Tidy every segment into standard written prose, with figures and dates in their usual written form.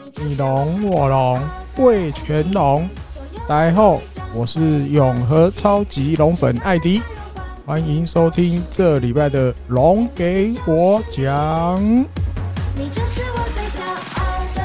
你龙我龙，味全龙。大家好，我是永和超级龙粉艾迪，欢迎收听这礼拜的龙给我讲。 你就是我最骄傲的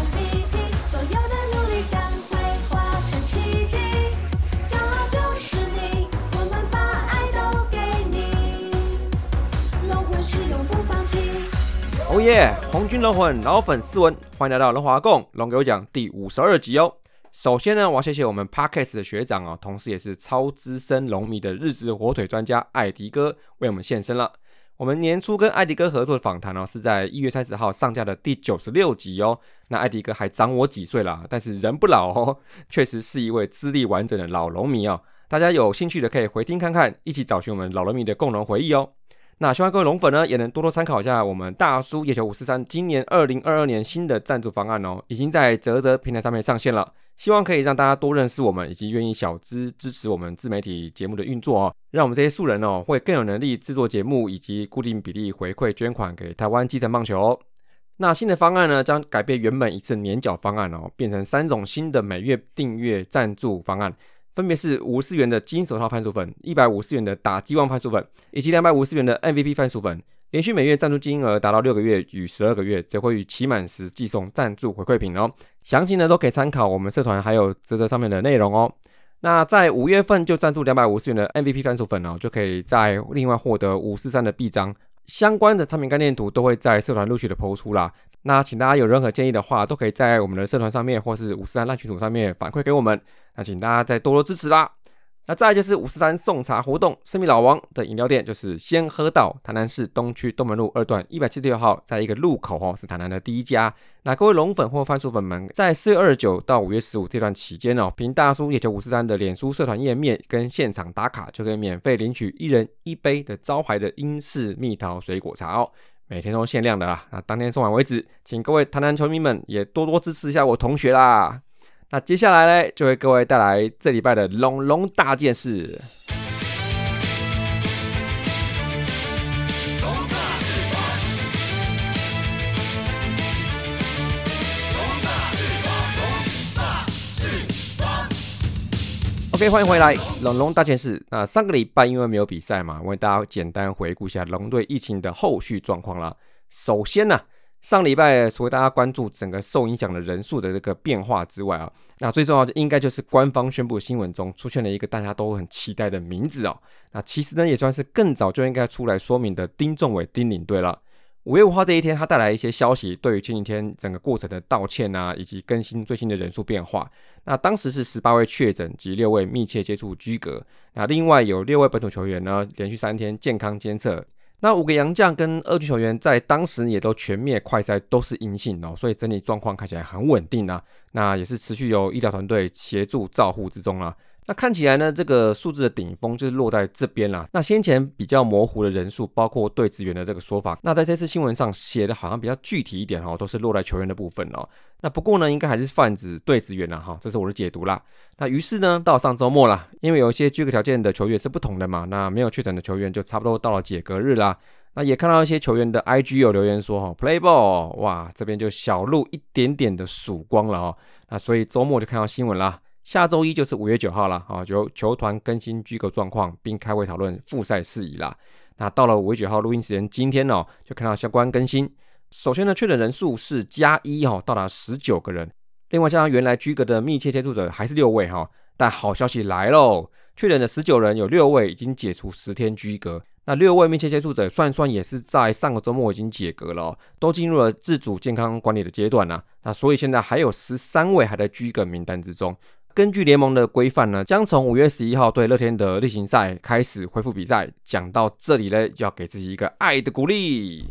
MVP， 所有的努力将会化成奇迹，骄傲就是你，我们把爱都给你，龙魂是永不放弃。 哦耶！红军龙魂老粉丝文，欢迎来到龙华共龙给我讲第52集哦。首先呢，我要谢谢我们 Podcast 的学长哦，同时也是超资深龙迷的日职火腿专家艾迪哥为我们现身了。我们年初跟艾迪哥合作的访谈是在1月30号上架的第96集哦。那艾迪哥还长我几岁啦，但是人不老哦，确实是一位资历完整的老龙迷哦。大家有兴趣的可以回听看看，一起找寻我们老龙迷的共同回忆哦。那希望各位龙粉呢，也能多多参考一下我们大叔野球543今年2022年新的赞助方案哦，已经在泽平台上面上线了。希望可以让大家多认识我们，以及愿意小资支持我们自媒体节目的运作哦，让我们这些素人哦会更有能力制作节目，以及固定比例回馈捐款给台湾基层棒球哦。那新的方案呢，将改变原本一次年缴方案哦，变成3种新的每月订阅赞助方案，分别是54元的金手套番薯粉、150元的打击王番薯粉，以及250元的 MVP 番薯粉。连续每月赞助金额达到6个月与12个月，则会于期满时寄送赞助回馈品哦。详情呢都可以参考我们社团还有泽上面的内容哦。那在5月份就赞助250元的 MVP 番薯粉哦，就可以再另外获得543的臂章。相关的产品概念图都会在社团陆续的播出啦。那请大家有任何建议的话，都可以在我们的社团上面或是543烂群组上面反馈给我们。那请大家再多多支持啦。那再来就是543送茶活动，生命老王的饮料店就是先喝到台南市东区东门路2段176号，在一个路口是台南的第一家。那各位龙粉或番薯粉们，在4月29到5月15这段期间凭大叔野球543的脸书社团页面跟现场打卡，就可以免费领取1人1杯的招牌的英式蜜桃水果茶哦。每天都限量的啦，那当天送完为止，请各位台南球迷们也多多支持一下我同学啦。那接下来呢，就为各位带来这礼拜的龙大件事。OK， 欢迎回来，龙大件事。那上个礼拜因为没有比赛嘛，我为大家简单回顾一下龙队疫情的后续状况啦。首先呢，上礼拜除了大家关注整个受影响的人数的这个变化之外那最重要的应该就是官方宣布新闻中出现了一个大家都很期待的名字那其实呢也算是更早就应该出来说明的丁仲伟丁领队了。5月5号这一天，他带来一些消息，对于前几天整个过程的道歉以及更新最新的人数变化。那当时是18位确诊及6位密切接触居隔，那另外有6位本土球员呢连续3天健康监测。那5个洋将跟2军球员在当时也都全面快筛都是阴性所以整体状况看起来很稳定那也是持续由医疗团队协助照护之中那看起来呢，这个数字的顶峰就是落在这边啦。那先前比较模糊的人数，包括队职员的这个说法，那在这次新闻上写的好像比较具体一点都是落在球员的部分那不过呢，应该还是泛指队职员这是我的解读啦。那于是呢，到上周末啦，因为有一些居隔条件的球员是不同的嘛，那没有确诊的球员就差不多到了解隔日啦。那也看到一些球员的 IG 有留言说Play Ball， 哇，这边就小露一点点的曙光了那所以周末就看到新闻啦。下周一就是5月9号啦由球团更新居隔状况，并开会讨论复赛事宜啦。那到了5月9号录音时间，今天就看到相关更新。首先呢，确诊人数是+1到达19个人，另外加上原来居隔的密切接触者还是6位但好消息来咯，确诊的19人有6位已经解除10天居隔。那6位密切接触者算也是在上个周末已经解隔了都进入了自主健康管理的阶段那所以现在还有13位还在居隔名单之中。根据联盟的规范呢，将从5月11号对乐天的例行赛开始恢复比赛。讲到这里呢，就要给自己一个爱的鼓励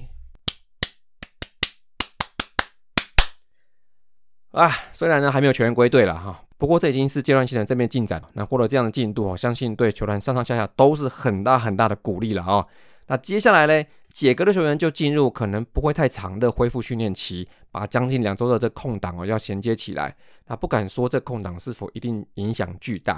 虽然呢还没有球员归队了不过这已经是阶段性的正面进展。那获得这样的进度相信对球团上上下下都是很大很大的鼓励了那接下来呢，解隔的球员就进入可能不会太长的恢复训练期，把将近2周的这空档要衔接起来。那不敢说这空档是否一定影响巨大，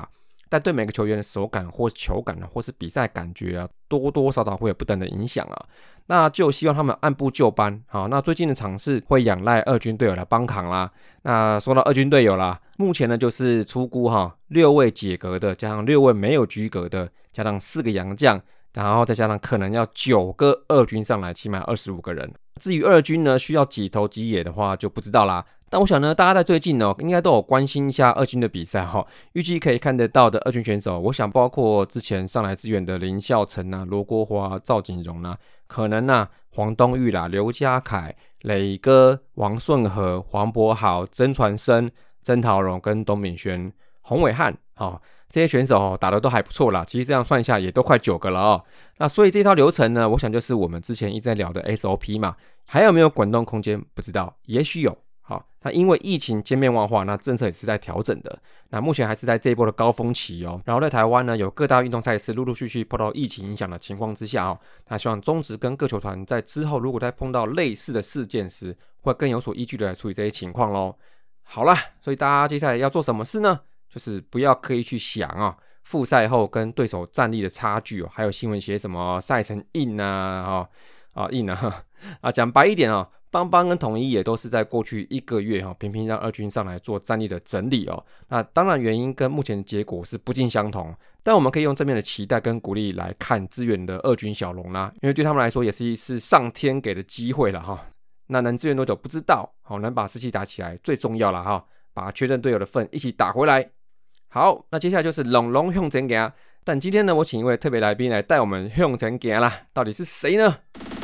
但对每个球员的手感或球感或是比赛感觉啊，多多少少会有不等的影响啊。那就希望他们按部就班。好，那最近的场次会仰赖二军队友来帮扛啦。那说到二军队友啦，目前呢就是初估6位解革的，加上6位没有居革的，加上4个洋将，然后再加上可能要9个二军上来，起码25个人。至于二军呢需要几头几野的话就不知道啦。但我想呢，大家在最近应该都有关心一下二军的比赛预计可以看得到的二军选手，我想包括之前上来支援的林孝成啊、罗国华、赵景荣啊，可能啊黄东玉啦、刘家凯、磊哥、王顺和、黄博豪、曾传生、曾陶荣跟董炳轩、洪伟汉这些选手打得都还不错啦，其实这样算一下也都快9个了那所以这套流程呢，我想就是我们之前一直在聊的 SOP 嘛，还有没有滚动空间不知道，也许有。好，那因为疫情千变万化，那政策也是在调整的。那目前还是在这一波的高峰期然后在台湾呢，有各大运动赛事陆陆续续受到疫情影响的情况之下那希望中职跟各球团在之后如果再碰到类似的事件时，会更有所依据的来处理这些情况咯。好啦，所以大家接下来要做什么事呢？就是不要刻意去想复赛后跟对手战力的差距还有新闻写什么赛程硬硬讲白一点邦邦跟统一也都是在过去1个月频频让二军上来做战力的整理那当然原因跟目前的结果是不尽相同，但我们可以用正面的期待跟鼓励来看支援的二军小龙啦，因为对他们来说也是上天给的机会啦那能支援多久不知道能把士气打起来最重要啦把确认队友的份一起打回来。好，那接下来就是龙龙向前行，但今天呢，我请一位特别来宾来带我们向前行啦，到底是谁呢？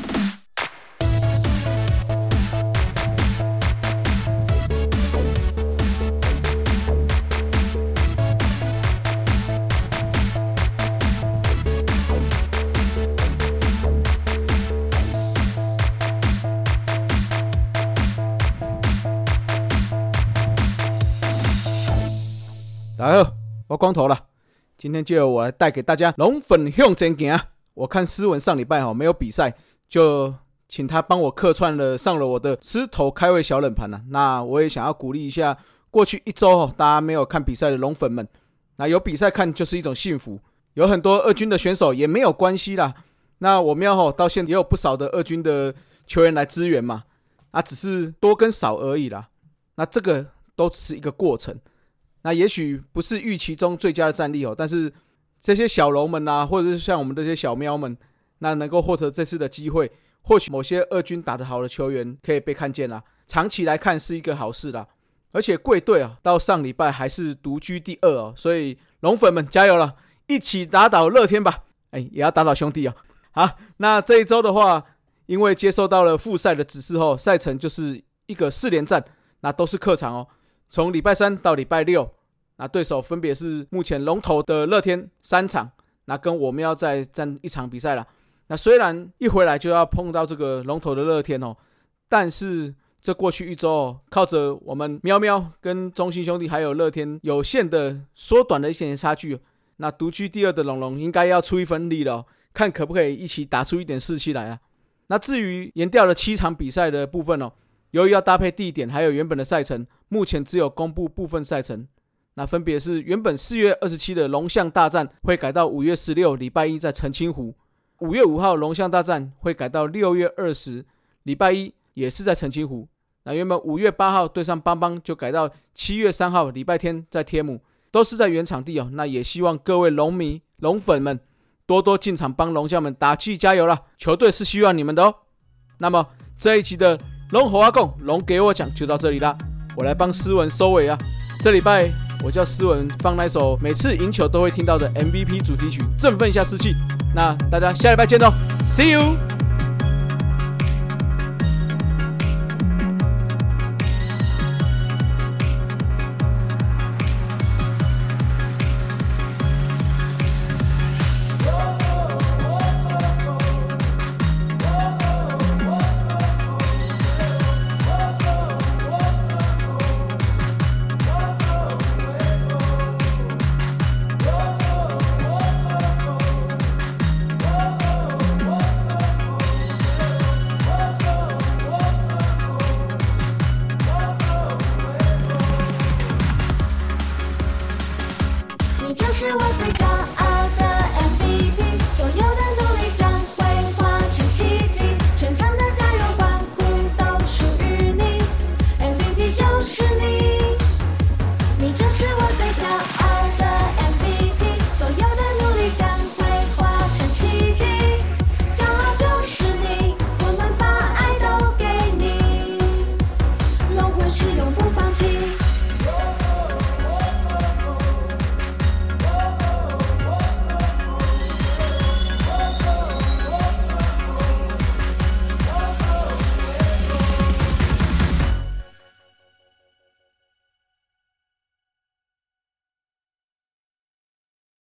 大家好，我光头了。今天就由我来带给大家龙粉向前行。我看思文上礼拜没有比赛，就请他帮我客串上了我的狮头开胃小冷盘那我也想要鼓励一下过去1周大家没有看比赛的龙粉们，那有比赛看就是一种幸福。有很多二军的选手也没有关系啦，那我们到现在也有不少的二军的球员来支援嘛，只是多跟少而已啦。那这个都只是一个过程。那也许不是预期中最佳的战力但是这些小龙们或者是像我们这些小喵们，那能够获得这次的机会，或许某些二军打得好的球员可以被看见啦，长期来看是一个好事啦。而且贵队到上礼拜还是独居第2所以龙粉们加油了，一起打倒乐天吧，也要打倒兄弟好，那这一周的话，因为接收到了复赛的指示后，赛程就是一个4连战，那都是客场从礼拜3到礼拜6，那对手分别是目前龙头的乐天3场，那跟我们要再战1场比赛啦。那虽然一回来就要碰到这个龙头的乐天但是这过去1周靠着我们喵喵跟中信兄弟还有乐天有限的缩短了一点差距，那独居第2的龙龙应该要出一分力了看可不可以一起打出一点士气来那至于延掉了7场比赛的部分由于要搭配地点还有原本的赛程，目前只有公布部分赛程，那分别是原本4月27的龙象大战会改到5月16礼拜1在澄清湖，5月5号龙象大战会改到6月20礼拜1也是在澄清湖，那原本5月8号对上邦邦就改到7月3号礼拜天在天母，都是在原场地那也希望各位龙迷龙粉们多多进场帮龙将们打气加油啦，球队是需要你们的那么这一期的龙猴阿共龙给我讲就到这里啦，我来帮思文收尾这礼拜我叫思文放那首每次赢球都会听到的 MVP 主题曲，振奋一下士气。那大家下礼拜见喽 ，See you。